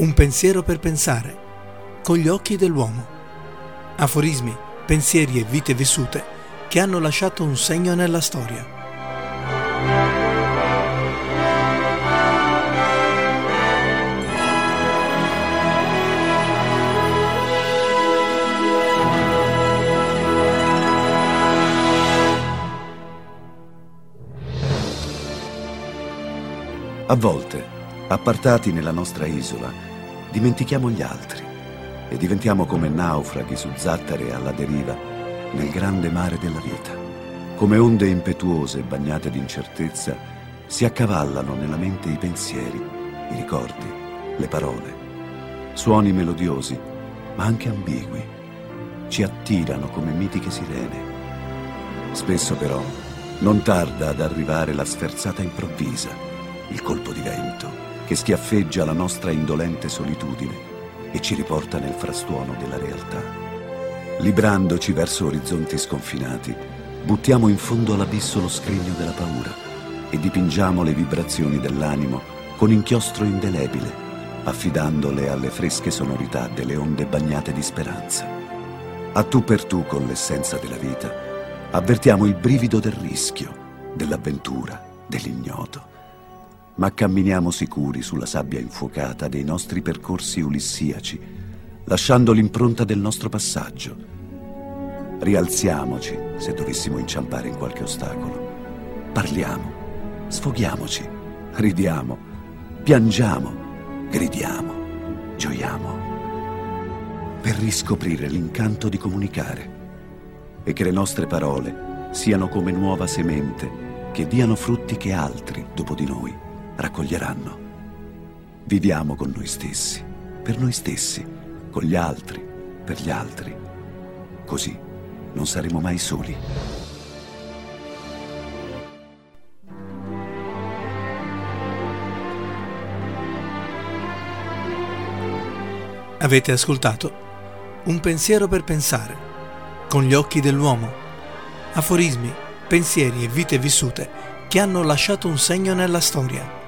Un pensiero per pensare, con gli occhi dell'uomo. Aforismi, pensieri e vite vissute che hanno lasciato un segno nella storia. A volte, appartati nella nostra isola, dimentichiamo gli altri e diventiamo come naufraghi su zattere alla deriva nel grande mare della vita. Come onde impetuose bagnate di incertezza si accavallano nella mente i pensieri, i ricordi, le parole. Suoni melodiosi, ma anche ambigui, ci attirano come mitiche sirene. Spesso però non tarda ad arrivare la sferzata improvvisa, il colpo di vento che schiaffeggia la nostra indolente solitudine e ci riporta nel frastuono della realtà. Librandoci verso orizzonti sconfinati, buttiamo in fondo all'abisso lo scrigno della paura e dipingiamo le vibrazioni dell'animo con inchiostro indelebile, affidandole alle fresche sonorità delle onde bagnate di speranza. A tu per tu con l'essenza della vita, avvertiamo il brivido del rischio, dell'avventura, dell'ignoto. Ma camminiamo sicuri sulla sabbia infuocata dei nostri percorsi ulissiaci, lasciando l'impronta del nostro passaggio. Rialziamoci se dovessimo inciampare in qualche ostacolo. Parliamo, sfoghiamoci, ridiamo, piangiamo, gridiamo, gioiamo, per riscoprire l'incanto di comunicare e che le nostre parole siano come nuova semente che diano frutti che altri, dopo di noi, raccoglieranno. Viviamo con noi stessi, per noi stessi, con gli altri, per gli altri. Così non saremo mai soli. Avete ascoltato Un pensiero per pensare, con gli occhi dell'uomo. Aforismi, pensieri e vite vissute che hanno lasciato un segno nella storia.